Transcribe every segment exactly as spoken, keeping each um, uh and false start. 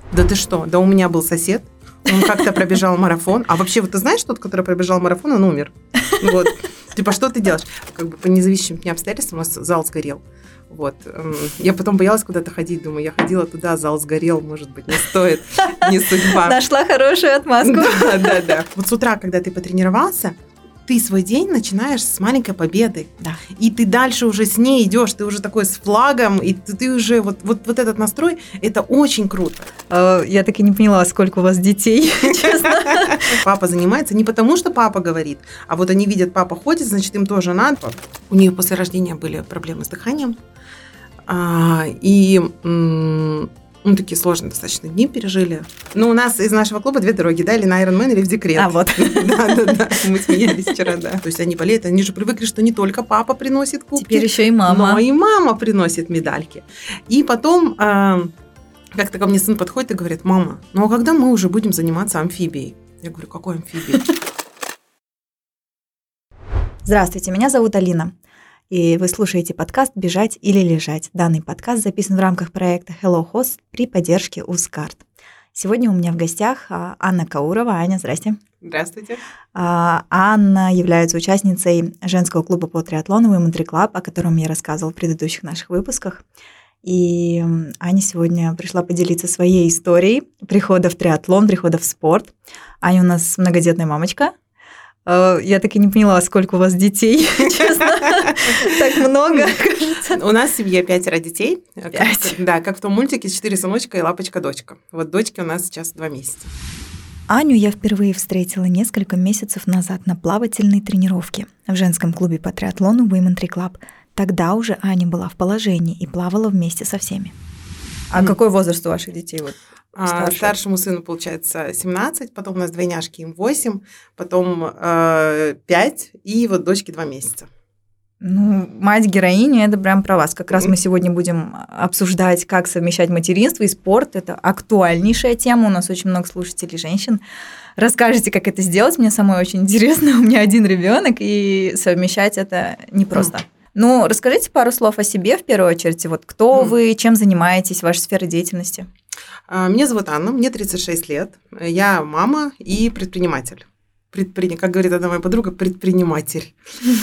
Да ты что? Да у меня был сосед, он как-то пробежал марафон. А вообще, вот ты знаешь, тот, который пробежал марафон, он умер. Вот. Типа, что ты делаешь? Как бы по независимым от меня обстоятельствам у нас зал сгорел. Вот. Я потом боялась куда-то ходить, думаю, я ходила туда, зал сгорел, может быть, не стоит, не судьба. Нашла хорошую отмазку. Да, да, да. Вот с утра, когда ты потренировался, ты свой день начинаешь с маленькой победы. Да. И ты дальше уже с ней идешь, ты уже такой с флагом, и ты, ты уже, вот, вот, вот этот настрой, это очень круто. Я так и не поняла, сколько у вас детей, честно. Папа занимается не потому, что папа говорит, а вот они видят, папа ходит, значит, им тоже надо. У нее после рождения были проблемы с дыханием, и... Ну, такие сложные достаточно дни пережили. Но у нас из нашего клуба две дороги, да, или на Ironman, или в декрет. А, вот. Да, да, да, мы смеялись вчера, да. То есть они болеют, они же привыкли, что не только папа приносит кубки. Теперь еще и мама. Но и мама приносит медальки. И потом как-то ко мне сын подходит и говорит: мама, ну а когда мы уже будем заниматься амфибией? Я говорю: какой амфибией? Здравствуйте, меня зовут Алина. И вы слушаете подкаст «Бежать или лежать». Данный подкаст записан в рамках проекта Hello Host при поддержке УЗКАРТ. Сегодня у меня в гостях Анна Каурова. Аня, здрасте. Здравствуйте. Анна является участницей женского клуба по триатлону Women три Club, о котором я рассказывала в предыдущих наших выпусках. И Аня сегодня пришла поделиться своей историей прихода в триатлон, прихода в спорт. Аня у нас многодетная мамочка. Я так и не поняла, сколько у вас детей, честно. Так много, кажется. У нас в семье пятеро детей. Пять. Да, как в том мультике «Четыре сыночка и лапочка-дочка». Вот дочке у нас сейчас два месяца. Аню я впервые встретила несколько месяцев назад на плавательной тренировке в женском клубе по триатлону Women три Club. Тогда уже Аня была в положении и плавала вместе со всеми. А mm. какой возраст у ваших детей? Вот? А, старшему сыну, получается, семнадцать, потом у нас двойняшки, им восемь, потом э, пять, и вот дочке два месяца. Ну, мать-героиня – это прям про вас. Как раз мы сегодня будем обсуждать, как совмещать материнство и спорт. Это актуальнейшая тема, у нас очень много слушателей женщин. Расскажите, как это сделать, мне самой очень интересно. У меня один ребенок, и совмещать это непросто. Mm. Ну, расскажите пару слов о себе в первую очередь. Вот кто mm. вы, чем занимаетесь, ваша сфера деятельности? Меня зовут Анна, мне тридцать шесть лет. Я мама и предприниматель. Предпри... Как говорит одна моя подруга, предприниматель.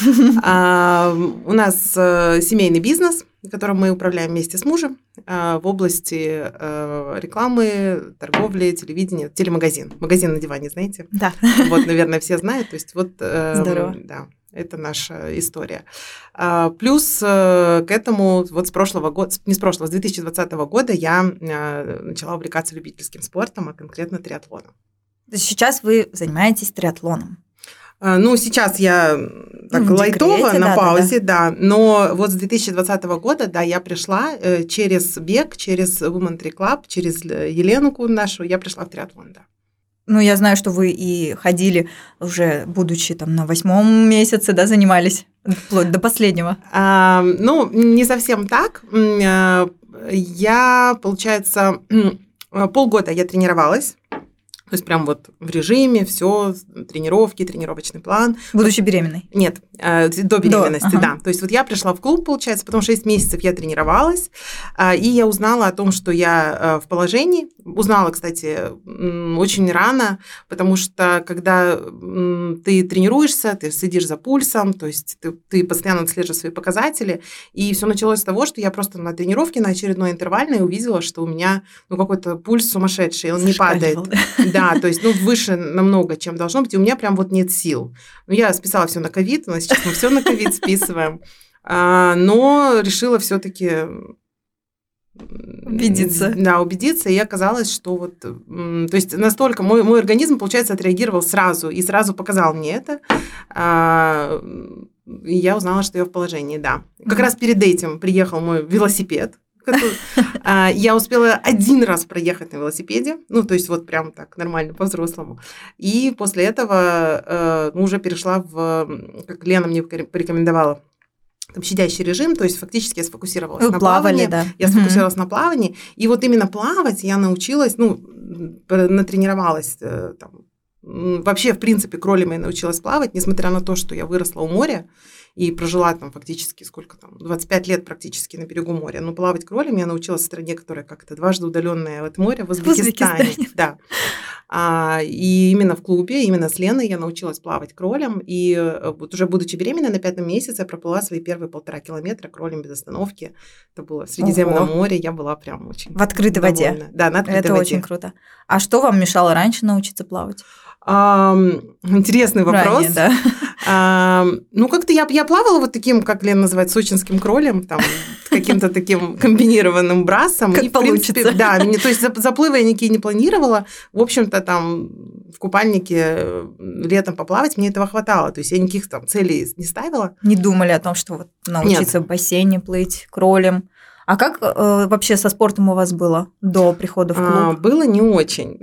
У нас семейный бизнес, которым мы управляем вместе с мужем в области рекламы, торговли, телевидения, телемагазин. Магазин на диване, знаете? Да. Вот, наверное, все знают. То есть вот. Здорово. Да. Это наша история. Плюс к этому вот с прошлого года, не с прошлого, с две тысячи двадцатого года я начала увлекаться любительским спортом, а конкретно триатлоном. То есть сейчас вы занимаетесь триатлоном? Ну, сейчас я так ну, лайтово, декрете, на да, паузе, да, да. да. Но вот с две тысячи двадцатого года, да, я пришла через бег, через Women три Club, через Еленку нашу, я пришла в триатлон, да. Ну, я знаю, что вы и ходили уже, будучи там на восьмом месяце, да, занимались вплоть до последнего. А, ну, не совсем так. Я, получается, полгода я тренировалась. То есть прям вот в режиме, все, тренировки, тренировочный план. Будучи беременной? Нет, э, до беременности, до, ага. да. То есть вот я пришла в клуб, получается, потом шесть месяцев я тренировалась, э, и я узнала о том, что я э, в положении. Узнала, кстати, очень рано, потому что когда э, ты тренируешься, ты следишь за пульсом, то есть ты, ты постоянно отслеживаешь свои показатели, и все началось с того, что я просто на тренировке, на очередной интервальной увидела, что у меня ну, какой-то пульс сумасшедший, он не падает. Да, то есть, ну, выше намного, чем должно быть, и у меня прям вот нет сил. Ну, я списала все на ковид, но сейчас мы все на ковид списываем, а, но решила все-таки убедиться. Да, убедиться, и оказалось, что вот, то есть, настолько мой, мой организм, получается, отреагировал сразу, и сразу показал мне это, а, и я узнала, что я в положении, да. Как mm-hmm. раз перед этим приехал мой велосипед. Я успела один раз проехать на велосипеде, ну, то есть вот прям так нормально, по-взрослому. И после этого ну, уже перешла в, как Лена мне порекомендовала, там, щадящий режим, то есть фактически я сфокусировалась Вы на плавали, плавании. Да. Я сфокусировалась mm-hmm. на плавании, и вот именно плавать я научилась, ну, натренировалась там. Вообще, в принципе, к роли моей научилась плавать, несмотря на то, что я выросла у моря. и прожила там фактически сколько там, двадцать пять лет практически на берегу моря. Но плавать кролем я научилась в стране, которая как-то дважды удаленная от моря, в Узбекистане. В Узбекистане. Да. А, и именно в клубе, именно с Леной я научилась плавать кролем. И вот уже будучи беременной на пятом месяце, я проплыла свои первые полтора километра кролем без остановки. Это было в Средиземном море, я была прям очень в открытой довольна. воде? Да, на открытой Это воде. очень круто. А что вам мешало раньше научиться плавать? А, интересный вопрос. Ранее, да. А, ну, как-то я, я плавала вот таким, как Лена называет, сочинским кролем, там, каким-то таким комбинированным брасом. Как и, в получится. принципе, да, не, то есть заплывы я никакие не планировала. В общем-то, там в купальнике летом поплавать мне этого хватало. То есть я никаких там целей не ставила. Не думали о том, что вот научиться Нет. в бассейне плыть кролем. А как э, вообще со спортом у вас было до прихода в клуб? А, было не очень.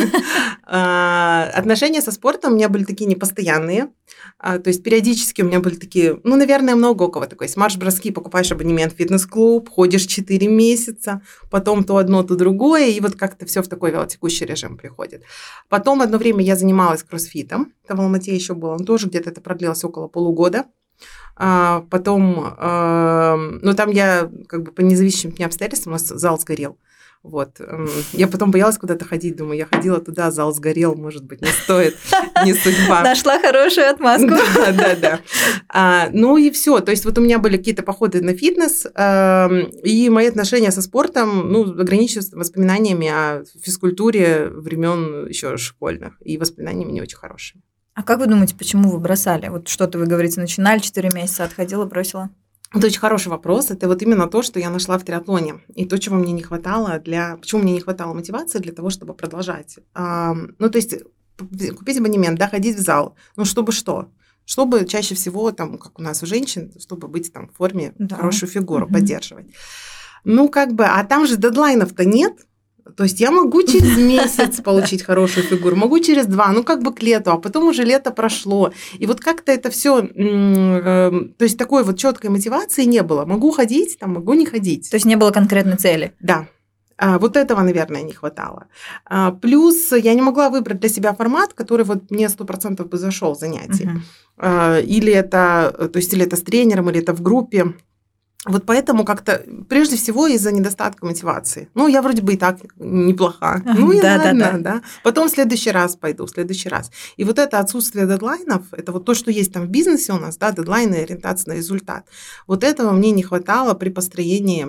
Отношения со спортом у меня были такие непостоянные. То есть периодически у меня были такие, ну, наверное, много у кого такой. Марш-броски, покупаешь абонемент в фитнес-клуб, ходишь четыре месяца, потом то одно, то другое, и вот как-то все в такой велотекущий режим приходит. Потом одно время я занималась кроссфитом. Это в Алмате еще было. Он тоже где-то это продлилось около полугода. А потом, э, ну, там я как бы по независимым от меня обстоятельствам, у нас зал сгорел. Вот. Я потом боялась куда-то ходить, думаю, я ходила туда, зал сгорел, может быть, не стоит, не судьба. Нашла хорошую отмазку. Да, да, да. А, ну и все. То есть вот у меня были какие-то походы на фитнес, а, и мои отношения со спортом, ну, ограничиваются воспоминаниями о физкультуре времен еще школьных, и воспоминаниями не очень хорошими. А как вы думаете, почему вы бросали? Вот что-то вы говорите, начинали четыре месяца, отходила, бросила? Это очень хороший вопрос. Это вот именно то, что я нашла в триатлоне. И то, чего мне не хватало для... Почему мне не хватало мотивации для того, чтобы продолжать. А, ну, то есть купить абонемент, да, ходить в зал. Ну, чтобы что? Чтобы чаще всего, там, как у нас у женщин, чтобы быть там, в форме, да. Хорошую фигуру, угу. поддерживать. Ну, как бы, а там же дедлайнов-то нет. То есть я могу через месяц получить хорошую фигуру, могу через два, ну как бы к лету, а потом уже лето прошло. И вот как-то это все, то есть такой вот четкой мотивации не было. Могу ходить, там, могу не ходить. То есть не было конкретной цели? Да. Вот этого, наверное, не хватало. Плюс я не могла выбрать для себя формат, который вот мне сто процентов бы зашел занятий. Uh-huh. Или это, то есть или это с тренером, или это в группе. Вот поэтому как-то, прежде всего, из-за недостатка мотивации. Ну, я вроде бы и так неплоха. Ну, и да, ладно, да, да. да. Потом в следующий раз пойду, в следующий раз. И вот это отсутствие дедлайнов, это вот то, что есть там в бизнесе у нас, да, дедлайны, ориентация на результат. Вот этого мне не хватало при построении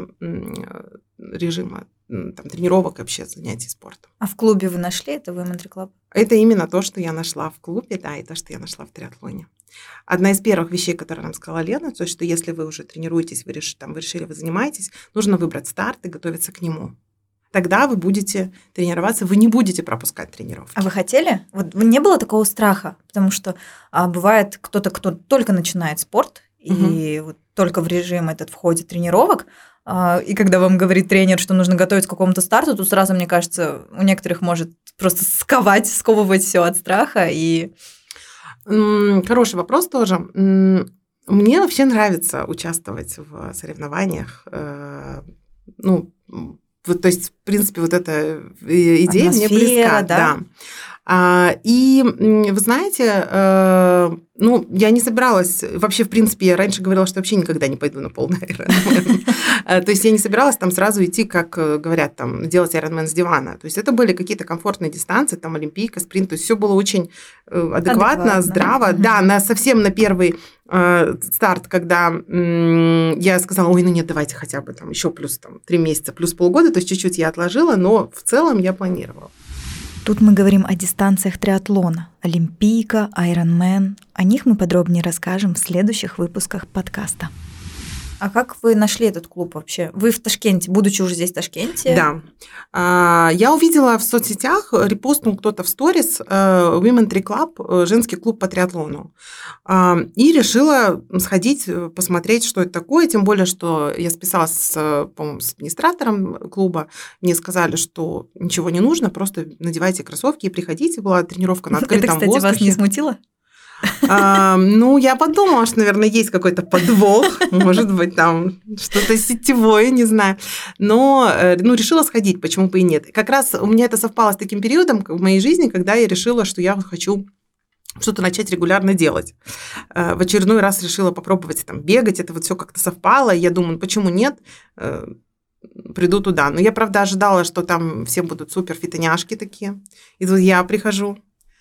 режима там, тренировок и вообще занятий спортом. А в клубе вы нашли это, в Women Club? Это именно то, что я нашла в клубе, да, и то, что я нашла в триатлоне. Одна из первых вещей, которые нам сказала Лена, то, что если вы уже тренируетесь, вы решили, там, вы решили, вы занимаетесь, нужно выбрать старт и готовиться к нему. Тогда вы будете тренироваться, вы не будете пропускать тренировки. А вы хотели? Вот не было такого страха? Потому что а, бывает кто-то, кто только начинает спорт, угу. и вот только в режим этот входит тренировок, а, и когда вам говорит тренер, что нужно готовить к какому-то старту, то сразу, мне кажется, у некоторых может просто сковать, сковывать все от страха и... Хороший вопрос тоже. Мне вообще нравится участвовать в соревнованиях. Ну, вот, то есть, в принципе, вот эта идея Атмосфера, мне близка. Да? Да. И вы знаете, ну, я не собиралась, вообще, в принципе, я раньше говорила, что вообще никогда не пойду на полный Ironman. То есть я не собиралась там сразу идти, как говорят, там, делать Ironman с дивана. То есть это были какие-то комфортные дистанции, там, олимпийка, спринт, то есть все было очень адекватно, адекватно. здраво. Mm-hmm. Да, на, совсем на первый э, старт, когда м- я сказала, ой, ну нет, давайте хотя бы там еще плюс там, три месяца, плюс полгода, то есть чуть-чуть я отложила, но в целом я планировала. Тут мы говорим о дистанциях триатлона. Олимпийка, Ironman. О них мы подробнее расскажем в следующих выпусках подкаста. А как вы нашли этот клуб вообще? Вы в Ташкенте, будучи уже здесь в Ташкенте? Да. Я увидела в соцсетях, репостнул кто-то в сторис Women Tri Club, женский клуб по триатлону. И решила сходить, посмотреть, что это такое. Тем более, что я списалась с, по-моему, с администратором клуба. Мне сказали, что ничего не нужно, просто надевайте кроссовки и приходите. Была тренировка на открытом воздухе. Это, кстати, вас не смутило? А, ну, я подумала, что, наверное, есть какой-то подвох, может быть, там что-то сетевое, не знаю. Но ну, решила сходить, почему бы и нет. Как раз у меня это совпало с таким периодом в моей жизни, когда я решила, что я хочу что-то начать регулярно делать. В очередной раз решила попробовать там бегать, это вот все как-то совпало, и я думаю, почему нет, приду туда. Но я, правда, ожидала, что там все будут супер фитоняшки такие, и тут я прихожу.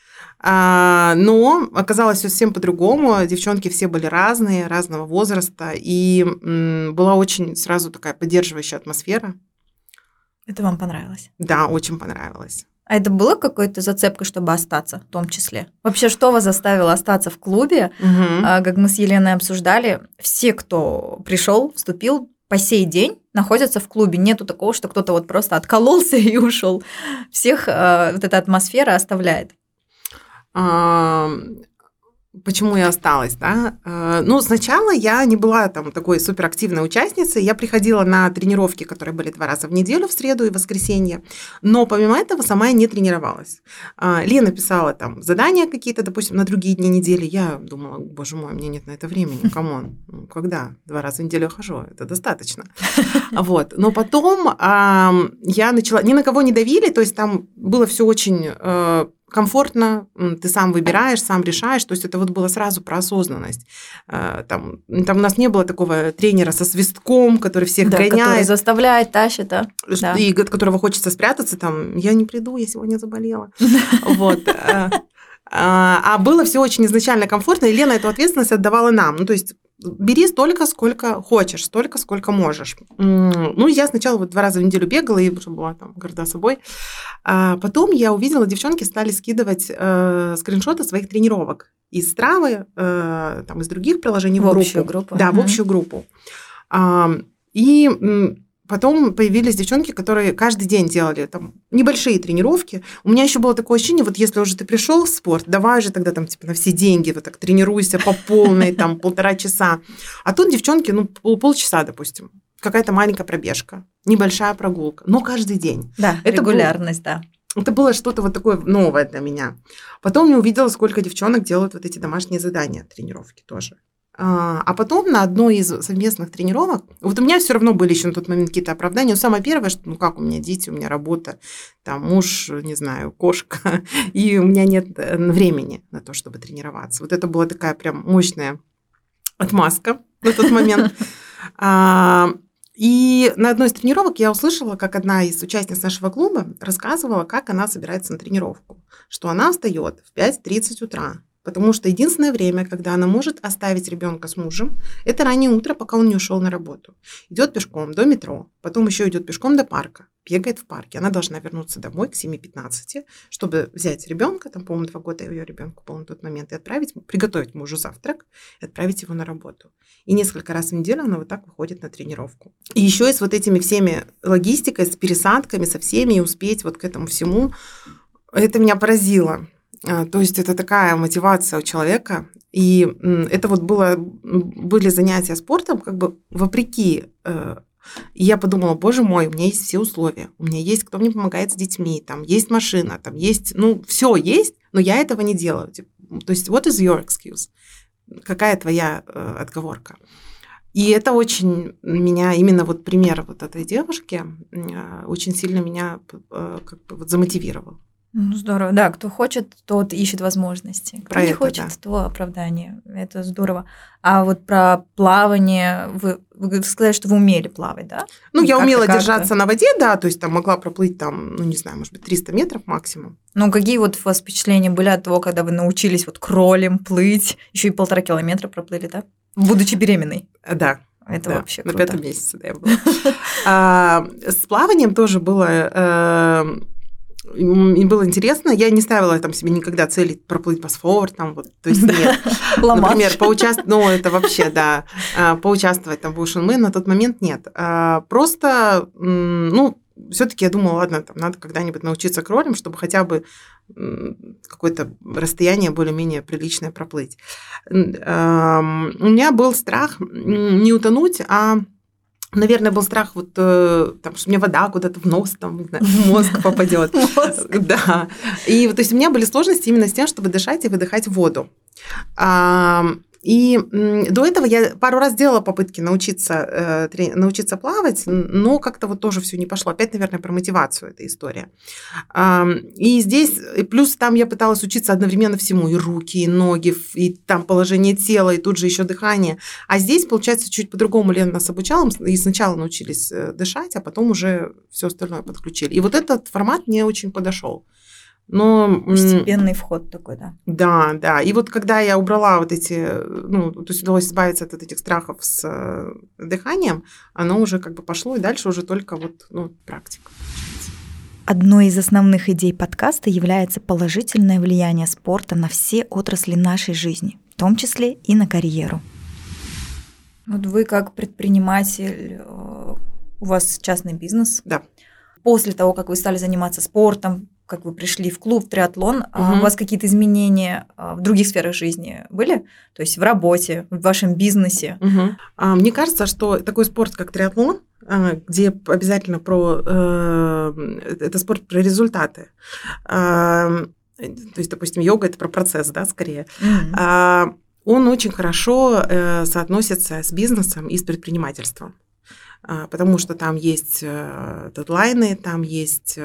Но оказалось совсем по-другому, девчонки все были разные, разного возраста, и была очень сразу такая поддерживающая атмосфера. Это вам понравилось? Да, очень понравилось. А это было какой-то зацепкой, чтобы остаться в том числе? Вообще, что вас заставило остаться в клубе? Угу. Как мы с Еленой обсуждали, все, кто пришел, вступил, по сей день находятся в клубе. Нету такого, что кто-то вот просто откололся и ушел. Всех вот эта атмосфера оставляет. Почему я осталась, да? Ну, сначала я не была там такой суперактивной участницей. Я приходила на тренировки, которые были два раза в неделю, в среду и воскресенье. Но помимо этого сама я не тренировалась. Лена писала там задания какие-то, допустим, на другие дни недели. Я думала, боже мой, у меня нет на это времени. Камон, ну, когда? Два раза в неделю хожу, это достаточно. Вот. Но потом я начала... Ни на кого не давили, то есть там было все очень... комфортно, ты сам выбираешь, сам решаешь, то есть это вот было сразу про осознанность. Там, там у нас не было такого тренера со свистком, который всех да, гоняет. Который заставляет, тащит, да. И от которого хочется спрятаться, там, я не приду, я сегодня заболела. Вот. А было все очень изначально комфортно, и Лена эту ответственность отдавала нам. Ну, то есть бери столько, сколько хочешь, столько, сколько можешь. Ну, я сначала вот два раза в неделю бегала и уже была там горда собой. А потом я увидела, девчонки стали скидывать э, скриншоты своих тренировок из Стравы, э, там, из других приложений в, в группу. общую группу. Да, mm-hmm. в общую группу. А, и потом появились девчонки, которые каждый день делали там небольшие тренировки. У меня еще было такое ощущение, вот если уже ты пришел в спорт, давай же тогда там типа на все деньги вот так тренируйся по полной, там полтора часа. А тут девчонки, ну пол, полчаса, допустим, какая-то маленькая пробежка, небольшая прогулка, но каждый день. Да, это регулярность, было, да. Это было что-то вот такое новое для меня. Потом я увидела, сколько девчонок делают вот эти домашние задания, тренировки тоже. А потом на одной из совместных тренировок, вот у меня все равно были еще на тот момент какие-то оправдания. Но самое первое, что ну как у меня дети, у меня работа, там муж, не знаю, кошка, и у меня нет времени на то, чтобы тренироваться. Вот это была такая прям мощная отмазка на тот момент. И на одной из тренировок я услышала, как одна из участниц нашего клуба рассказывала, как она собирается на тренировку, что она встает в пять тридцать утра. Потому что единственное время, когда она может оставить ребенка с мужем, это раннее утро, пока он не ушел на работу. Идет пешком до метро, потом еще идет пешком до парка, бегает в парке. Она должна вернуться домой к семи пятнадцати, чтобы взять ребенка, там, по-моему, два года ее ребенку был на тот момент, и отправить, приготовить мужу завтрак и отправить его на работу. И несколько раз в неделю она вот так выходит на тренировку. И еще и с вот этими всеми логистикой, с пересадками, со всеми, и успеть вот к этому всему, это меня поразило. То есть это такая мотивация у человека, и это вот было, были занятия спортом как бы вопреки. И я подумала, боже мой, у меня есть все условия, у меня есть кто мне помогает с детьми, там есть машина, там есть, ну, все есть, но я этого не делаю. То есть what is your excuse? Какая твоя э, отговорка? И это очень меня, именно вот пример вот этой девушки, э, очень сильно меня э, как бы вот замотивировал. Ну, здорово. Да, кто хочет, тот ищет возможности. Кто про не это, хочет, да. то оправдание. Это здорово. А вот про плавание, вы, вы сказали, что вы умели плавать, да? Ну, я как-то, умела как-то. держаться на воде, да, то есть там могла проплыть там, ну, не знаю, может быть, триста метров максимум. Ну, какие вот у вас впечатления были от того, когда вы научились вот кролем плыть, еще и полтора километра проплыли, да? Будучи беременной. Да. Это да, вообще круто. На пятом месяце, да, я была. а, с плаванием тоже было... Э, им было интересно. Я не ставила там себе никогда цели проплыть Босфор, там вот, то есть нет. Например, поучаствовать, ну это вообще, да, поучаствовать там в Ocean Man на тот момент нет. Просто, ну, все-таки я думала, ладно, там надо когда-нибудь научиться кролем, чтобы хотя бы какое-то расстояние более-менее приличное проплыть. У меня был страх не утонуть, а наверное, был страх, вот, там, что у меня вода куда-то в нос, там, не знаю, в мозг попадет. Да. И то есть у меня были сложности именно с тем, чтобы дышать и выдыхать воду. И до этого я пару раз делала попытки научиться, научиться плавать, но как-то вот тоже все не пошло. Опять, наверное, про мотивацию эта история. И здесь, плюс там я пыталась учиться одновременно всему, и руки, и ноги, и там положение тела, и тут же еще дыхание. А здесь, получается, чуть по-другому Лена нас обучала, и сначала научились дышать, а потом уже все остальное подключили. И вот этот формат мне очень подошел. Но постепенный вход такой, да. Да, да. И вот когда я убрала вот эти, ну, то есть удалось избавиться от этих страхов с дыханием, оно уже как бы пошло, и дальше уже только вот, ну, практика. Одной из основных идей подкаста является положительное влияние спорта на все отрасли нашей жизни, в том числе и на карьеру. Вот вы как предприниматель, у вас частный бизнес. Да. После того, как вы стали заниматься спортом, как вы пришли в клуб, в триатлон, угу. у вас какие-то изменения в других сферах жизни были? То есть в работе, в вашем бизнесе? Угу. А, мне кажется, что такой спорт, как триатлон, где обязательно про... Это спорт про результаты. То есть, допустим, йога – это про процесс, да, скорее. Угу. Он очень хорошо соотносится с бизнесом и с предпринимательством. Потому что там есть дедлайны, там есть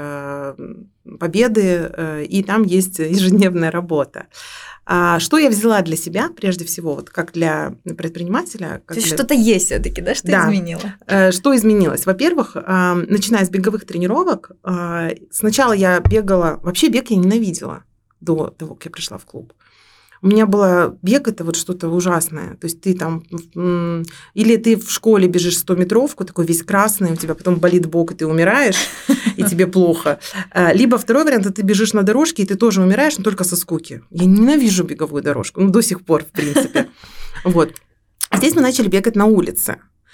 победы, и там есть ежедневная работа. Что я взяла для себя, прежде всего, вот как для предпринимателя? Как То есть для... что-то есть все-таки, да, что да. изменило? Что изменилось? Во-первых, начиная с беговых тренировок, сначала я бегала, вообще бег я ненавидела до того, как я пришла в клуб. У меня было бег, это вот что-то ужасное. То есть ты там... Или ты в школе бежишь стометровку, такой весь красный, у тебя потом болит бок, и ты умираешь, и тебе плохо. Либо второй вариант, ты бежишь на дорожке, и ты тоже умираешь, но только со скуки. Я ненавижу беговую дорожку, ну, до сих пор, в принципе. Вот. Здесь мы начали бегать на улице.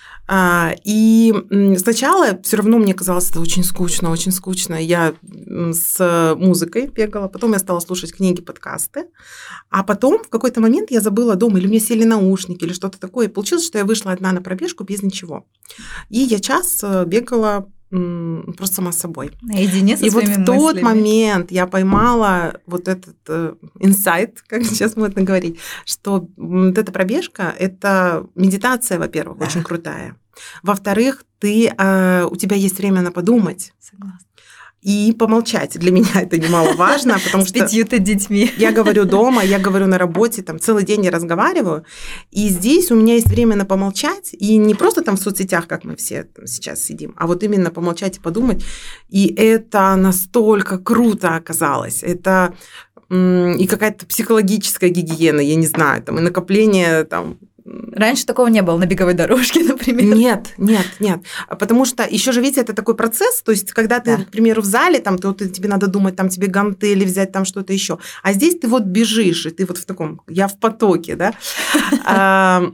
И сначала все равно мне казалось, это очень скучно, очень скучно. Я с музыкой бегала, потом я стала слушать книги, подкасты, а потом в какой-то момент я забыла дома, или у меня сели наушники, или что-то такое, и получилось, что я вышла одна на пробежку без ничего. И я час бегала просто сама собой. Наедине со и своими вот в тот мыслями. момент я поймала вот этот инсайт, как сейчас модно говорить, что вот эта пробежка – это медитация, во-первых, да. очень крутая. Во-вторых, ты, э, у тебя есть время на подумать. Согласна. И помолчать. Для меня это немаловажно, потому что... С пятью-то детьми. Я говорю дома, я говорю на работе, там целый день я разговариваю, и здесь у меня есть время на помолчать, и не просто там в соцсетях, как мы все там сейчас сидим, а вот именно помолчать и подумать, и это настолько круто оказалось. Это и какая-то психологическая гигиена, я не знаю, там, и накопление там... Раньше такого не было на беговой дорожке, например. Нет, нет, нет. Потому что еще же, видите, это такой процесс, то есть, когда ты, да. к примеру, в зале, там, ты, вот, тебе надо думать, там, тебе гантели взять, там, что-то еще. А здесь ты вот бежишь, и ты вот в таком, я в потоке, да.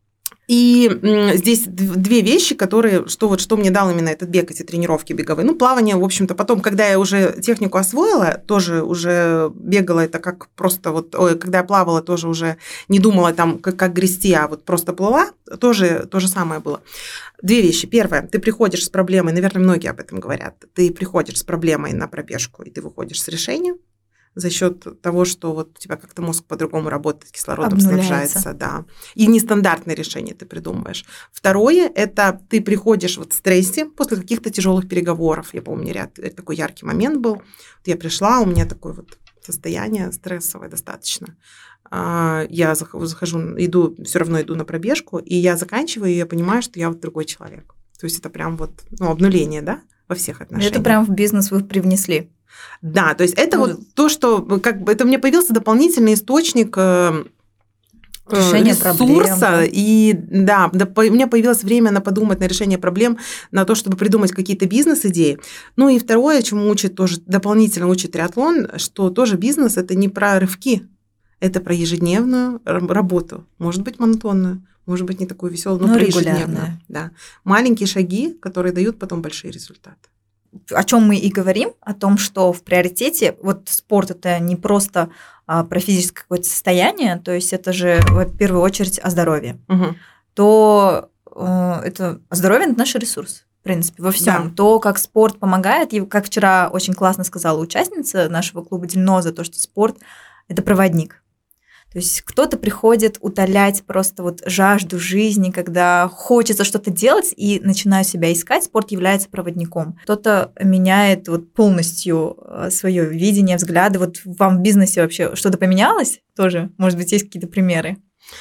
И здесь две вещи, которые, что вот что мне дал именно этот бег, эти тренировки беговые. Ну, плавание, в общем-то, потом, когда я уже технику освоила, тоже уже бегала это как просто вот, ой, когда я плавала, тоже уже не думала там, как, как грести, а вот просто плыла, тоже то же самое было. Две вещи. Первое, ты приходишь с проблемой, наверное, многие об этом говорят, ты приходишь с проблемой на пробежку, и ты выходишь с решением, за счет того, что вот у тебя как-то мозг по-другому работает, кислородом снабжается, да. И нестандартные решения ты придумываешь. Второе, это ты приходишь вот в стрессе после каких-то тяжелых переговоров. Я помню, ряд, такой яркий момент был. Вот я пришла, у меня такое вот состояние стрессовое достаточно. Я захожу, иду, все равно иду на пробежку, и я заканчиваю, и я понимаю, что я вот другой человек. То есть это прям вот, ну, обнуление, да, во всех отношениях. Это прям в бизнес вы привнесли. Да, то есть это ну, вот то, что как бы это мне появился дополнительный источник решения ресурса, проблем. И да, да, у меня появилось время на подумать на решение проблем, на то, чтобы придумать какие-то бизнес-идеи. Ну и второе, чему учит тоже, дополнительно учит триатлон, что тоже бизнес – это не про рывки, это про ежедневную работу, может быть, монотонную, может быть, не такую веселую, но, но про ежедневную. Да. Маленькие шаги, которые дают потом большие результаты. О чем мы и говорим, о том, что в приоритете вот спорт это не просто а, про физическое какое-то состояние, то есть это же в первую очередь о здоровье, угу. то э, это здоровье это наш ресурс, в принципе, во всем. Да. То, как спорт помогает, и как вчера очень классно сказала участница нашего клуба Дельноза, то, что спорт это проводник. То есть кто-то приходит утолять просто вот жажду жизни, когда хочется что-то делать и начинаю себя искать, спорт является проводником. Кто-то меняет вот полностью свое видение, взгляды. Вот вам в бизнесе вообще что-то поменялось тоже? Может быть, есть какие-то примеры?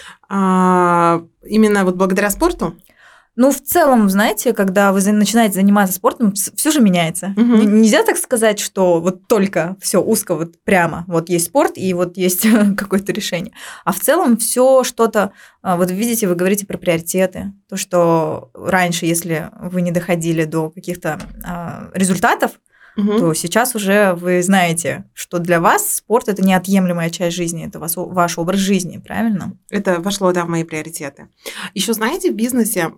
А, именно вот благодаря спорту? Ну, в целом, знаете, когда вы начинаете заниматься спортом, все же меняется. Угу. Нельзя так сказать, что вот только все узко, вот прямо, вот есть спорт и вот есть какое-то решение. А в целом все что-то, вот видите, вы говорите про приоритеты, то, что раньше, если вы не доходили до каких-то результатов, угу. то сейчас уже вы знаете, что для вас спорт – это неотъемлемая часть жизни, это ваш образ жизни, правильно? Это вошло, да, в мои приоритеты. Еще, знаете, в бизнесе,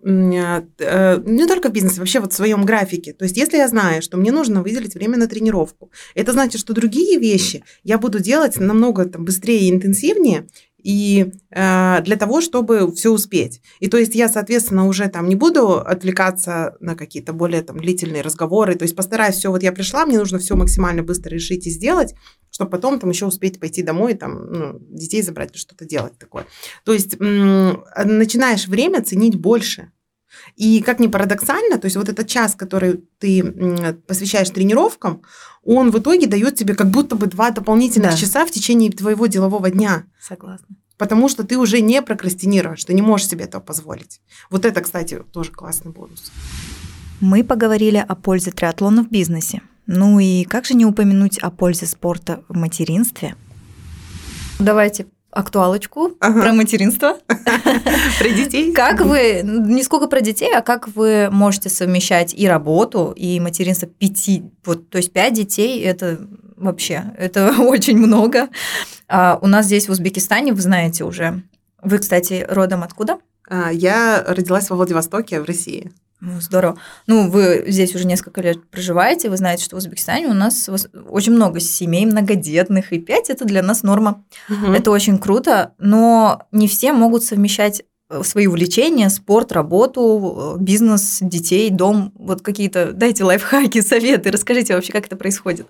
не только в бизнесе, вообще вот в своем графике, то есть если я знаю, что мне нужно выделить время на тренировку, это значит, что другие вещи я буду делать намного там, быстрее и интенсивнее, и э, для того, чтобы все успеть. И то есть я, соответственно, уже там не буду отвлекаться на какие-то более там длительные разговоры, то есть постараюсь все, вот я пришла, мне нужно все максимально быстро решить и сделать, чтобы потом там еще успеть пойти домой, там, ну, детей забрать или что-то делать такое. То есть м- начинаешь время ценить больше. И как ни парадоксально, то есть вот этот час, который ты посвящаешь тренировкам, он в итоге дает тебе как будто бы два дополнительных да. часа в течение твоего делового дня. Согласна. Потому что ты уже не прокрастинируешь, ты не можешь себе этого позволить. Вот это, кстати, тоже классный бонус. Мы поговорили о пользе триатлона в бизнесе. Ну и как же не упомянуть о пользе спорта в материнстве? Давайте актуалочку ага. про материнство. Про детей. Как вы, не сколько про детей, а как вы можете совмещать и работу, и материнство пяти, вот, то есть пять детей, это вообще, это очень много. А у нас здесь в Узбекистане, вы знаете уже, вы, кстати, родом откуда? Я родилась во Владивостоке, в России. Ну, здорово. Ну, вы здесь уже несколько лет проживаете, вы знаете, что в Узбекистане у нас очень много семей многодетных, и пять – это для нас норма. Угу. Это очень круто, но не все могут совмещать свои увлечения, спорт, работу, бизнес, детей, дом. Вот какие-то дайте лайфхаки, советы, расскажите вообще, как это происходит.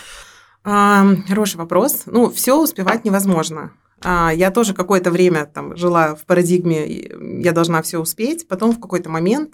А, хороший вопрос. Ну, все успевать невозможно. Я тоже какое-то время там жила в парадигме, я должна все успеть. Потом в какой-то момент,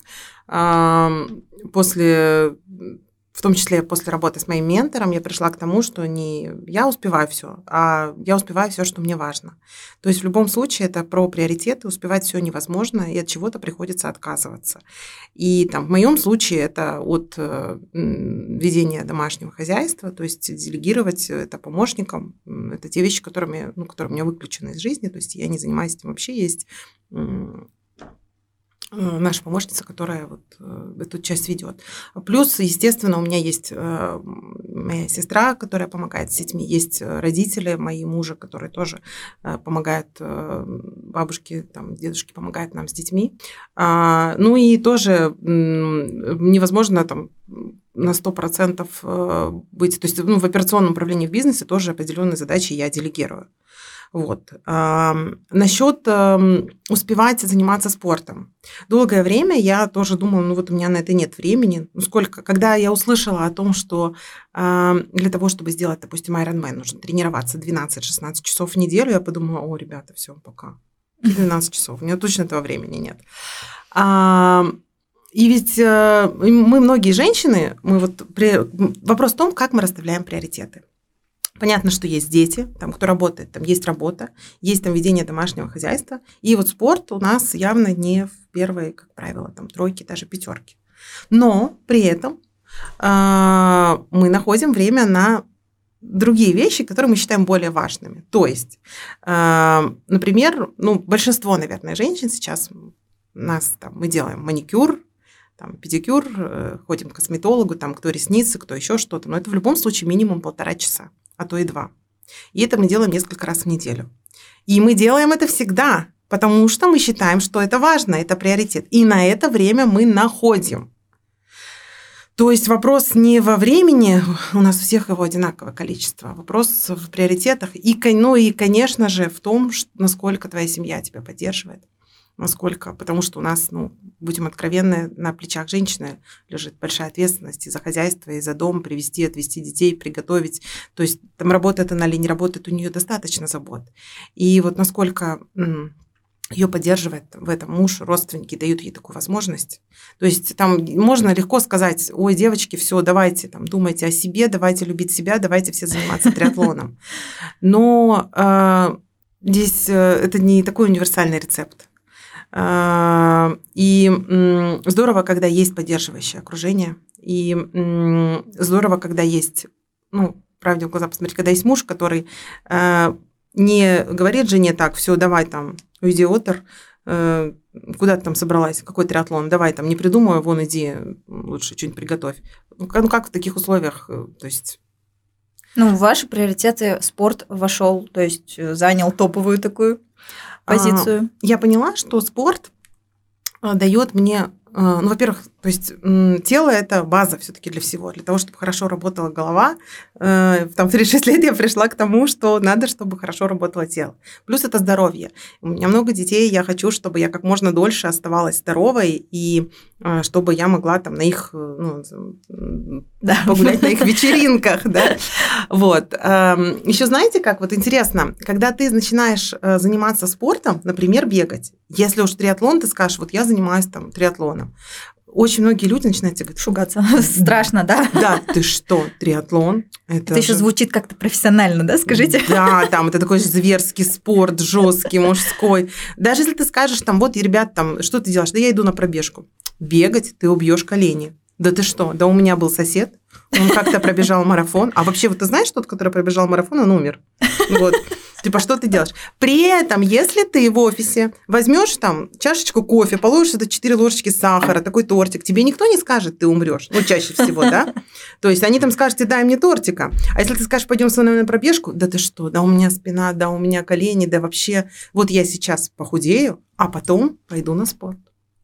после, в том числе после работы с моим ментором, я пришла к тому, что не я успеваю все, а я успеваю все, что мне важно. То есть в любом случае это про приоритеты, успевать все невозможно, и от чего-то приходится отказываться. И там, в моем случае это от ведения домашнего хозяйства, то есть делегировать это помощникам. Это те вещи, которыми, ну, которые у меня выключены из жизни, то есть я не занимаюсь этим вообще. Есть наша помощница, которая вот эту часть ведет. Плюс, естественно, у меня есть моя сестра, которая помогает с детьми, есть родители мои мужа, которые тоже помогают, бабушки, там, дедушки помогают нам с детьми. Ну и тоже невозможно там на сто процентов быть, то есть ну, в операционном управлении в бизнесе тоже определенные задачи я делегирую. Вот. А, насчет а, успевать заниматься спортом. Долгое время я тоже думала, ну вот у меня на это нет времени. Ну сколько, когда я услышала о том, что а, для того, чтобы сделать, допустим, Ironman, нужно тренироваться двенадцать-шестнадцать часов в неделю, я подумала, о, ребята, все, пока. двенадцать часов, у меня точно этого времени нет. А, и ведь а, мы, многие женщины, мы вот при... вопрос в том, как мы расставляем приоритеты. Понятно, что есть дети, там, кто работает, там есть работа, есть там ведение домашнего хозяйства. И вот спорт у нас явно не в первой, как правило, там, тройке, даже пятерке. Но при этом э, мы находим время на другие вещи, которые мы считаем более важными. То есть, э, например, ну, большинство, наверное, женщин сейчас у нас там, мы делаем маникюр, там, педикюр, э, ходим к косметологу, там, кто ресницы, кто еще что-то. Но это в любом случае минимум полтора часа. А то и два. И это мы делаем несколько раз в неделю. И мы делаем это всегда, потому что мы считаем, что это важно, это приоритет. И на это время мы находим. То есть вопрос не во времени, у нас у всех его одинаковое количество, вопрос в приоритетах. И, ну и, конечно же, в том, насколько твоя семья тебя поддерживает. насколько, потому что у нас, ну, будем откровенны, на плечах женщины лежит большая ответственность и за хозяйство, и за дом, привести, отвезти детей, приготовить. То есть там работает она или не работает, у нее достаточно забот. И вот насколько ее поддерживает в этом муж, родственники дают ей такую возможность. То есть там можно легко сказать: ой, девочки, все, давайте, там, думайте о себе, давайте любить себя, давайте все заниматься триатлоном. Но э, здесь э, это не такой универсальный рецепт. Э, и э, здорово, когда есть поддерживающее окружение. И э, здорово, когда есть, ну, правде в глаза посмотреть, когда есть муж, который э, не говорит жене: так, все, давай там, уйди отдых, э, куда ты там собралась, какой триатлон, давай там, не придумай, вон иди, лучше что-нибудь приготовь. Ну, как, ну, как в таких условиях, то есть... Ну, в ваши приоритеты спорт вошел, то есть занял топовую такую позицию. А, я поняла, что спорт дает мне... Ну, во-первых, то есть тело – это база все-таки для всего. Для того, чтобы хорошо работала голова, там в тридцать шесть лет я пришла к тому, что надо, чтобы хорошо работало тело. Плюс это здоровье. У меня много детей, я хочу, чтобы я как можно дольше оставалась здоровой, и чтобы я могла там на их, ну, да. погулять на их вечеринках. Да? Вот. Еще знаете, как вот интересно, когда ты начинаешь заниматься спортом, например, бегать, если уж триатлон, ты скажешь: вот я занимаюсь там триатлоном. Очень многие люди начинают тебе говорить: шугаться. Страшно, да? Да, ты что, триатлон? Это, это еще звучит как-то профессионально, да, скажите? Да, там это такой зверский спорт, жесткий, мужской. Даже если ты скажешь, там, вот, ребят, там, что ты делаешь? Да я иду на пробежку. Бегать ты убьешь колени. Да ты что? Да у меня был сосед, он как-то пробежал марафон. А вообще, вот ты знаешь, тот, который пробежал марафон, он умер. Вот. Типа, что ты делаешь? При этом, если ты в офисе возьмешь там чашечку кофе, положишь это четыре ложечки сахара, такой тортик, тебе никто не скажет: ты умрешь. Ну, чаще всего, да? То есть они там скажут: дай мне тортика. А если ты скажешь: пойдем со мной на пробежку, да ты что? Да у меня спина, да у меня колени, да вообще. Вот я сейчас похудею, а потом пойду на спорт.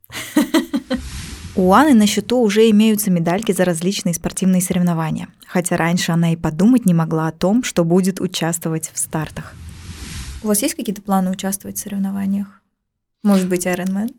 У Анны на счету уже имеются медальки за различные спортивные соревнования, хотя раньше она и подумать не могла о том, что будет участвовать в стартах. У вас есть какие-то планы участвовать в соревнованиях? Может быть, Ironman?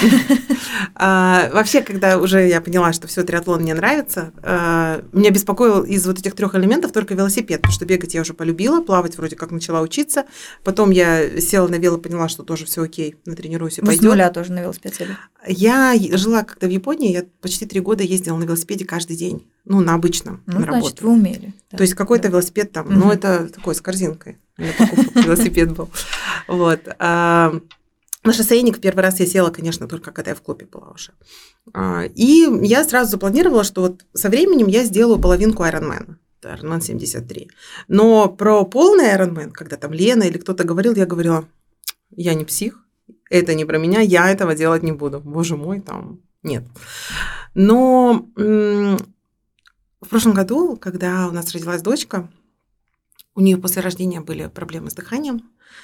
Вообще, когда уже я поняла, что все, триатлон мне нравится, меня беспокоил из вот этих трех элементов только велосипед, потому что бегать я уже полюбила, плавать вроде как начала учиться, потом я села на вело, поняла, что тоже все окей, натренируюсь и пойдёт. Вы с нуля тоже на велосипед сели? Я жила когда в Японии, я почти три года ездила на велосипеде каждый день, ну, на обычном, ну, на работу. Значит, вы умели. Да. То есть какой-то да. велосипед там, угу. ну, это такой с корзинкой, велосипед был. Вот. На шоссейник в первый раз я села, конечно, только когда я в клубе была уже. И я сразу запланировала, что вот со временем я сделаю половинку Ironman. Ironman семьдесят три. Но про полный Ironman, когда там Лена или кто-то говорил, я говорила: я не псих, это не про меня, я этого делать не буду. Боже мой, там нет. Но м- в прошлом году, когда у нас родилась дочка, у нее после рождения были проблемы с дыханием.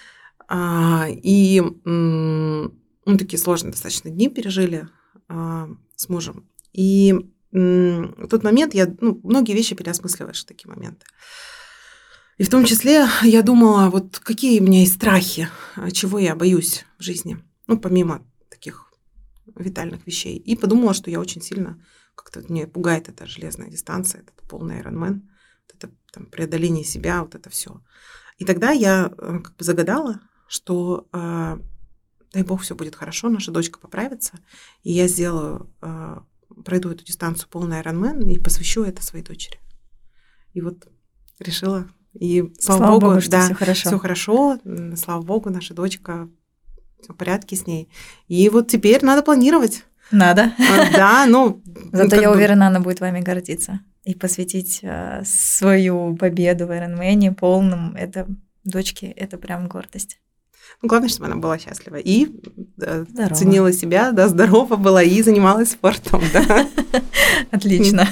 А, и м, ну, такие сложные достаточно дни пережили а, с мужем. И м, в тот момент я, ну, многие вещи переосмысливаешь в такие моменты. И в том числе я думала, вот какие у меня есть страхи, чего я боюсь в жизни, ну, помимо таких витальных вещей. И подумала, что я очень сильно, как-то меня пугает эта железная дистанция, этот полный Ironman, вот это там, преодоление себя, вот это все. И тогда я как бы загадала, что, э, дай бог, все будет хорошо, наша дочка поправится, и я сделаю, э, пройду эту дистанцию полный Ironman и посвящу это своей дочери. И вот решила, и слава, слава богу, богу, что да, все хорошо. Все хорошо, слава богу, наша дочка, все в порядке с ней. И вот теперь надо планировать. Надо. Да, ну. Зато я бы... уверена, она будет вами гордиться и посвятить э, свою победу в Ironman полным это дочке, это прям гордость. Ну, главное, чтобы она была счастлива и да, ценила себя, да, здорова была и занималась спортом, да. Отлично.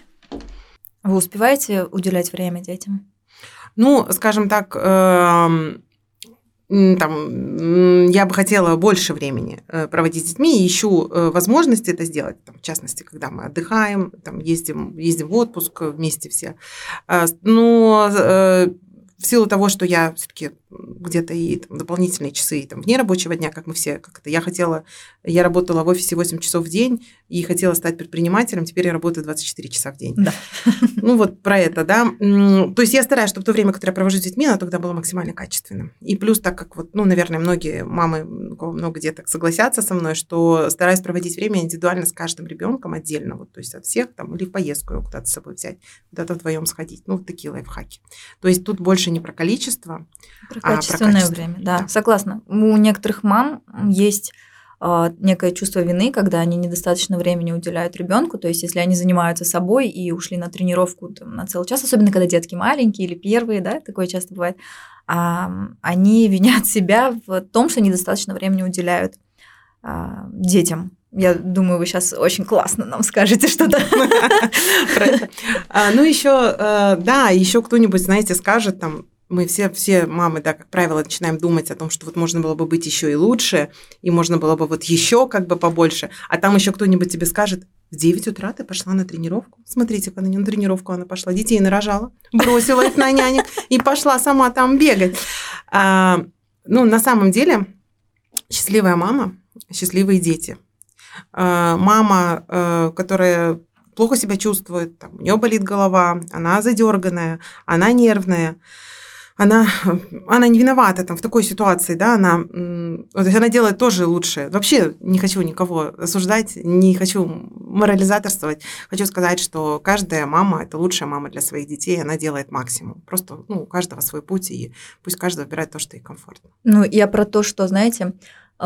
Вы успеваете уделять время детям? Ну, скажем так, там, я бы хотела больше времени проводить с детьми и ищу возможности это сделать. Там, в частности, когда мы отдыхаем, там, ездим, ездим в отпуск вместе все. Но в силу того, что я все-таки где-то и там, дополнительные часы и, там, вне рабочего дня, как мы все. Как это. Я хотела, я работала в офисе восемь часов в день и хотела стать предпринимателем, теперь я работаю двадцать четыре часа в день. Да. Ну вот про это, да. То есть я стараюсь, чтобы то время, которое я провожу с детьми, оно тогда было максимально качественным. И плюс, так как вот, ну, наверное, многие мамы, много деток согласятся со мной, что стараюсь проводить время индивидуально с каждым ребенком отдельно, вот, то есть от всех там, или в поездку его куда-то с собой взять, куда-то вдвоем сходить. Ну, вот такие лайфхаки. То есть тут больше не про количество, про а качественное про качество. время. Да, да, согласна. У некоторых мам есть э, некое чувство вины, когда они недостаточно времени уделяют ребенку. То есть, если они занимаются собой и ушли на тренировку там, на целый час, особенно когда детки маленькие или первые, да, такое часто бывает, а, они винят себя в том, что недостаточно времени уделяют а, детям. Я думаю, вы сейчас очень классно нам скажете что-то про это. Ну, еще, да, еще кто-нибудь, знаете, скажет там, мы все, все мамы, да, как правило, начинаем думать о том, что вот можно было бы быть еще и лучше, и можно было бы вот еще как бы побольше, а там еще кто-нибудь тебе скажет: в девять утра ты пошла на тренировку. Смотрите-ка, на на тренировку она пошла, детей нарожала, бросила их на нянек и пошла сама там бегать. А, ну, на самом деле, счастливая мама, счастливые дети. А, мама, а, которая плохо себя чувствует, там, у нее болит голова, она задерганная, она нервная, она, она не виновата там, в такой ситуации, да, она, то есть она делает тоже лучше. Вообще не хочу никого осуждать, не хочу морализаторствовать. Хочу сказать, что каждая мама – это лучшая мама для своих детей, она делает максимум. Просто ну, у каждого свой путь, и пусть каждый выбирает то, что ей комфортно. Ну, я про то, что, знаете,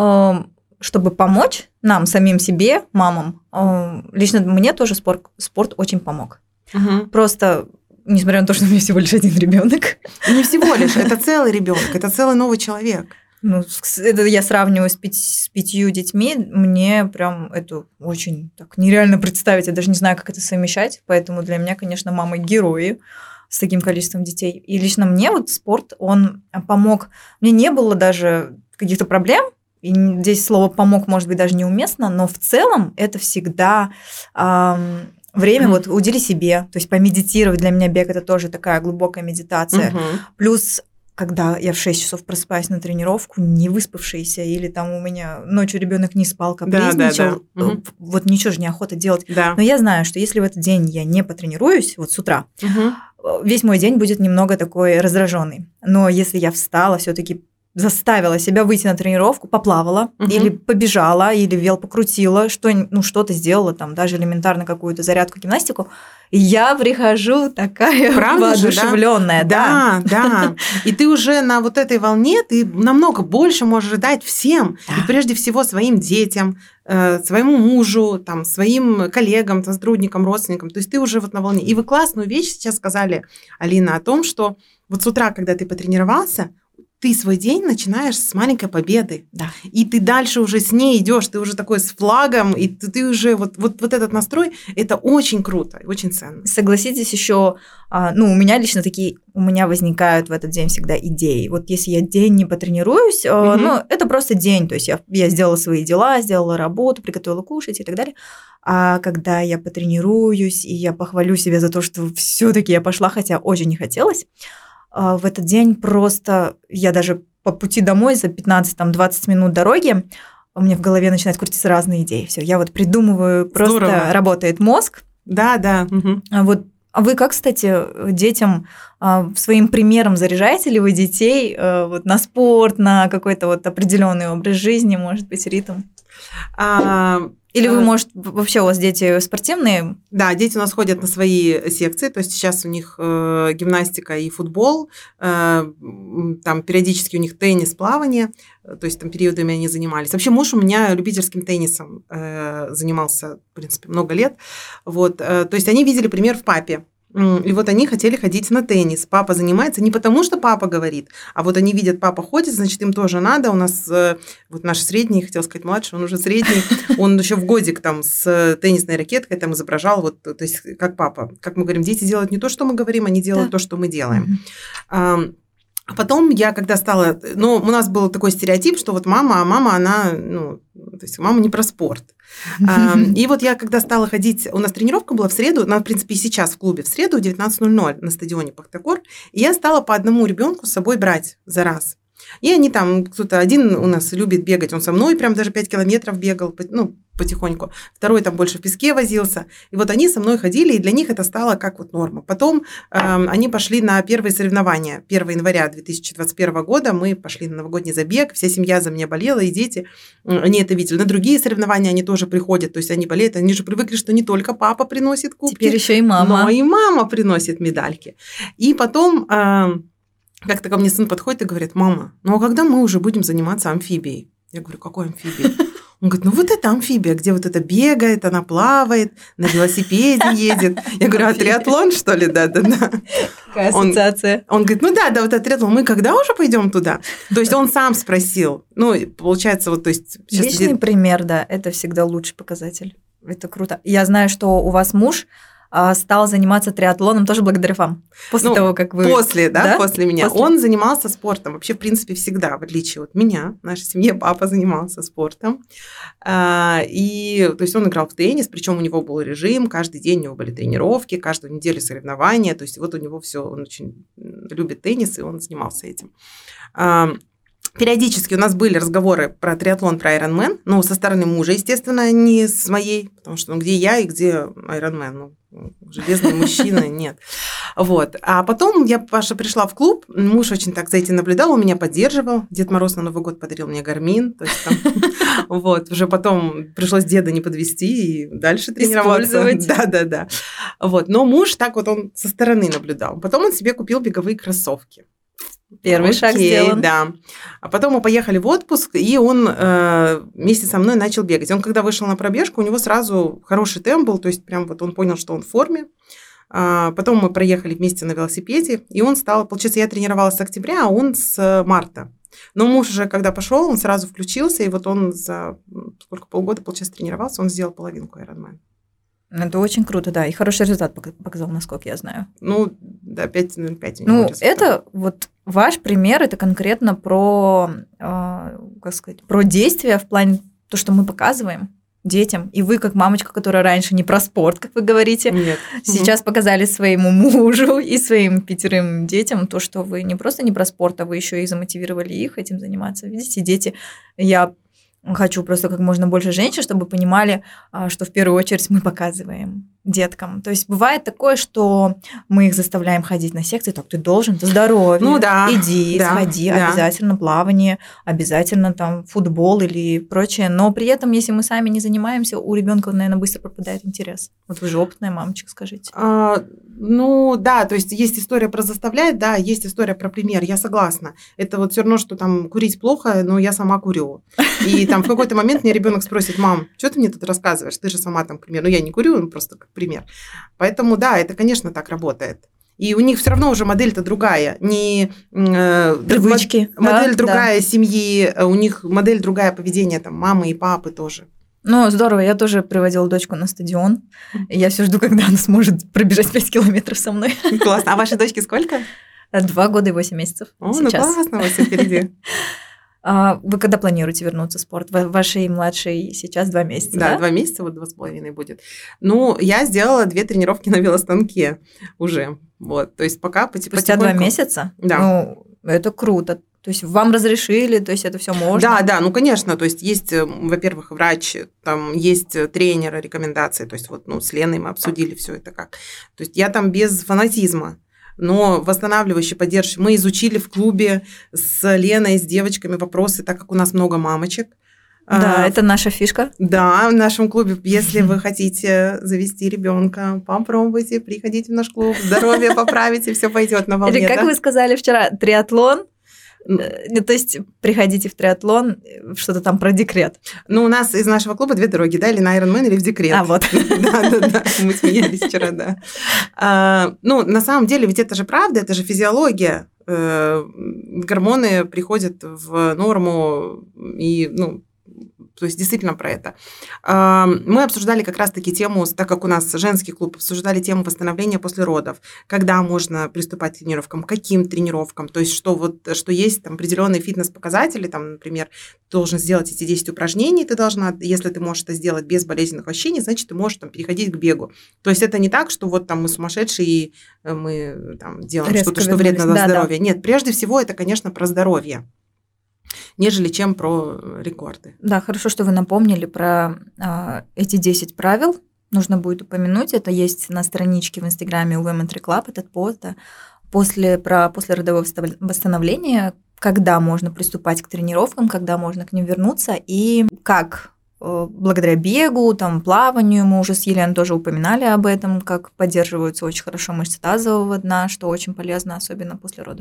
чтобы помочь нам, самим себе, мамам, лично мне тоже спорт, спорт очень помог. Угу. Просто... Несмотря на то, что у меня всего лишь один ребенок. Не всего лишь, это целый ребенок, это целый новый человек. Ну, это я сравниваю с, пяти, с пятью детьми, мне прям это очень так нереально представить, я даже не знаю, как это совмещать, поэтому для меня, конечно, мамы герои с таким количеством детей. И лично мне вот спорт, он помог, мне не было даже каких-то проблем, и здесь слово «помог» может быть даже неуместно, но в целом это всегда... Эм, Время mm-hmm. вот удели себе, то есть помедитировать. Для меня бег – это тоже такая глубокая медитация. Mm-hmm. Плюс, когда я в шесть часов просыпаюсь на тренировку, не выспавшаяся, или там у меня ночью ребенок не спал, капризничал, да, да, да. Mm-hmm. вот ничего же неохота делать. Да. Но я знаю, что если в этот день я не потренируюсь, вот с утра, mm-hmm. весь мой день будет немного такой раздраженный. Но если я встала, все-таки заставила себя выйти на тренировку, поплавала, угу. или побежала, или вел покрутила, что, ну, что-то сделала, там, даже элементарно какую-то зарядку, гимнастику, и я прихожу такая воодушевленная. Да? Да, да. И ты уже на вот этой волне, ты намного больше можешь дать всем, да. И прежде всего своим детям, своему мужу, там, своим коллегам, сотрудникам, родственникам. То есть ты уже вот на волне. И вы классную вещь сейчас сказали, Алина, о том, что вот с утра, когда ты потренировался, ты свой день начинаешь с маленькой победы. Да. И ты дальше уже с ней идешь, ты уже такой с флагом, и ты, ты уже вот, вот, вот этот настрой, это очень круто, очень ценно. Согласитесь, еще, ну, у меня лично такие, у меня возникают в этот день всегда идеи. Вот если я день не потренируюсь, mm-hmm. ну, это просто день, то есть я, я сделала свои дела, сделала работу, приготовила кушать и так далее. А когда я потренируюсь, и я похвалю себя за то, что все-таки я пошла, хотя очень не хотелось, в этот день просто я даже по пути домой за пятнадцать-двадцать минут дороги у меня в голове начинают крутиться разные идеи. Все, я вот придумываю, просто Здорово. Работает мозг. Да, да. Угу. А вот, а вы как, кстати, детям своим примером заряжаете ли вы детей вот, на спорт, на какой-то вот определенный образ жизни, может быть, ритм? А... Или вы, может, вообще у вас дети спортивные? Да, дети у нас ходят на свои секции, то есть сейчас у них э, гимнастика и футбол, э, там периодически у них теннис, плавание, то есть там периодами они занимались. Вообще муж у меня любительским теннисом э, занимался, в принципе, много лет, вот, э, то есть они видели пример в папе. И вот они хотели ходить на теннис. Папа занимается не потому, что папа говорит, а вот они видят, папа ходит, значит, им тоже надо. У нас вот наш средний, хотел сказать младший, он уже средний, он еще в годик там с теннисной ракеткой там изображал, вот, то есть как папа. Как мы говорим, дети делают не то, что мы говорим, они делают да. то, что мы делаем. Mm-hmm. А потом я, когда стала... Ну, у нас был такой стереотип, что вот мама, а мама, она... Ну, то есть мама не про спорт. И вот я, когда стала ходить... У нас тренировка была в среду, она, в принципе, и сейчас в клубе, в среду в девятнадцать ноль ноль на стадионе Пахтакор, и я стала по одному ребенку с собой брать за раз. И они там, кто-то один у нас любит бегать, он со мной прям даже пять километров бегал, ну, потихоньку. Второй там больше в песке возился. И вот они со мной ходили, и для них это стало как вот норма. Потом э, они пошли на первые соревнования. первого января две тысячи двадцать первого года мы пошли на новогодний забег, вся семья за меня болела, и дети, они это видели. На другие соревнования они тоже приходят, то есть они болеют, они же привыкли, что не только папа приносит кубки, теперь еще и мама. Но и мама приносит медальки. И потом... Э, Как-то ко мне сын подходит и говорит: мама, ну а когда мы уже будем заниматься амфибией? Я говорю: какой амфибией? Он говорит: ну вот это амфибия, где вот это бегает, она плавает, на велосипеде едет. Я говорю: а триатлон, что ли? Да-да-да. Какая ассоциация? Он, он говорит: ну да, да, вот это триатлон. Мы когда уже пойдем туда? То есть он сам спросил. Ну, получается, вот, то есть... Личный здесь... пример, да, это всегда лучший показатель. Это круто. Я знаю, что у вас муж стал заниматься триатлоном тоже благодаря вам. После ну, того, как вы... После, да, да? после меня. После... Он занимался спортом вообще, в принципе, всегда, в отличие от меня. В нашей семье папа занимался спортом. И, то есть, он играл в теннис, причем у него был режим, каждый день у него были тренировки, каждую неделю соревнования. То есть, вот у него все, он очень любит теннис, и он занимался этим. Периодически у нас были разговоры про триатлон, про Ironman, но со стороны мужа, естественно, не с моей, потому что ну, где я и где Ironman, ну, железный мужчина, нет. Вот. А потом я, Паша, пришла в клуб, муж очень так за этим наблюдал, он меня поддерживал, Дед Мороз на Новый год подарил мне Гармин, то есть там, вот, уже потом пришлось деда не подвести и дальше тренироваться. Да-да-да. Вот. Но муж так вот он со стороны наблюдал. Потом он себе купил беговые кроссовки. Первый Окей, шаг сделан. Да. А потом мы поехали в отпуск, и он э, вместе со мной начал бегать. Он, когда вышел на пробежку, у него сразу хороший темп был, то есть прям вот он понял, что он в форме. А потом мы проехали вместе на велосипеде, и он стал, получается, я тренировалась с октября, а он с марта. Но муж уже, когда пошел, он сразу включился, и вот он за сколько, полгода, получается, тренировался, он сделал половинку Ironman. Это очень круто, да, и хороший результат показал, насколько я знаю. Ну, да, пять ноль пять. Ну, это вот ваш пример, это конкретно про, э, как сказать, про действия в плане то, что мы показываем детям. И вы, как мамочка, которая раньше не про спорт, как вы говорите, Нет. сейчас угу. показали своему мужу и своим пятерым детям то, что вы не просто не про спорт, а вы еще и замотивировали их этим заниматься. Видите, дети, я... Хочу просто как можно больше женщин, чтобы понимали, что в первую очередь мы показываем деткам. То есть бывает такое, что мы их заставляем ходить на секции, так ты должен, это здоровье, ну, да, иди, да, сходи, да. обязательно плавание, обязательно там футбол или прочее. Но при этом, если мы сами не занимаемся, у ребенка, наверное, быстро пропадает интерес. Вот вы же опытная мамочка, скажите. А, ну да, то есть есть история про заставлять, да, есть история про пример, я согласна. Это вот все равно, что там курить плохо, но я сама курю. И там в какой-то момент мне ребенок спросит: мам, что ты мне тут рассказываешь? Ты же сама там, к примеру, ну я не курю, ну просто как пример. Поэтому да, это, конечно, так работает. И у них все равно уже модель-то другая, не э, привычки, модель да, другая да. семьи, у них модель другая поведения там мамы и папы тоже. Ну, здорово, я тоже приводила дочку на стадион. Я все жду, когда она сможет пробежать пять километров со мной. Классно. А вашей дочке сколько? Два года и восемь месяцев. О, сейчас. Ну классно, у вас впереди. Вы когда планируете вернуться в спорт? Вашей младшей сейчас два месяца, да? Да, два месяца, вот два с половиной будет. Ну, я сделала две тренировки на велостанке уже. Вот, то есть пока потихоньку. Спустя два месяца? Да. Ну, это круто. То есть вам разрешили, то есть это все можно? Да, да, ну, конечно, то есть есть, во-первых, врач, там есть тренеры, рекомендации, то есть вот, ну, с Леной мы обсудили все это как. То есть я там без фанатизма. Но восстанавливающий, поддерживающий. Мы изучили в клубе с Леной, с девочками вопросы, так как у нас много мамочек. Да, а, это наша фишка. Да, в нашем клубе, если вы хотите завести ребенка, попробуйте, приходите в наш клуб, здоровье поправите, все пойдет на волне. Или, как да? вы сказали вчера, триатлон. То есть приходите в триатлон, что-то там про декрет. Ну, у нас из нашего клуба две дороги, да, или на Ironman, или в декрет. А, вот. Да-да-да, мы смеялись вчера, да. Ну, на самом деле, ведь это же правда, это же физиология. Гормоны приходят в норму, и, ну, То есть действительно про это. Мы обсуждали как раз-таки тему, так как у нас женский клуб, обсуждали тему восстановления после родов, когда можно приступать к тренировкам, каким тренировкам, то есть что, вот, что есть там определенные фитнес-показатели, там, например, ты должен сделать эти десять упражнений, ты должна, если ты можешь это сделать без болезненных ощущений, значит, ты можешь там, переходить к бегу. То есть это не так, что вот там мы сумасшедшие, и мы там, делаем Резко что-то, что вредно для да, здоровья. Да. Нет, прежде всего это, конечно, про здоровье, нежели чем про рекорды. Да, хорошо, что вы напомнили про э, эти десять правил. Нужно будет упомянуть. Это есть на страничке в Инстаграме у Women Tri Club, этот пост. Да. После, про послеродовое восстановление, когда можно приступать к тренировкам, когда можно к ним вернуться, и как э, благодаря бегу, там, плаванию, мы уже с Еленой тоже упоминали об этом, как поддерживаются очень хорошо мышцы тазового дна, что очень полезно, особенно после родов.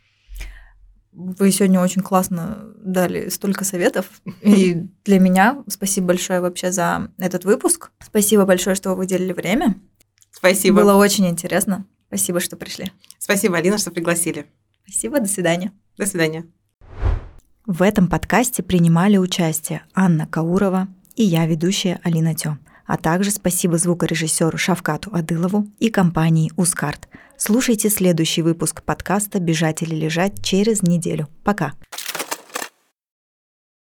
Вы сегодня очень классно дали столько советов. И для меня спасибо большое вообще за этот выпуск. Спасибо большое, что вы выделили время. Спасибо. Было очень интересно. Спасибо, что пришли. Спасибо, Алина, что пригласили. Спасибо, до свидания. До свидания. В этом подкасте принимали участие Анна Каурова и я, ведущая Алина Тё. А также спасибо звукорежиссеру Шавкату Адылову и компании Ускарт. Слушайте следующий выпуск подкаста «Бежать или лежать» через неделю. Пока!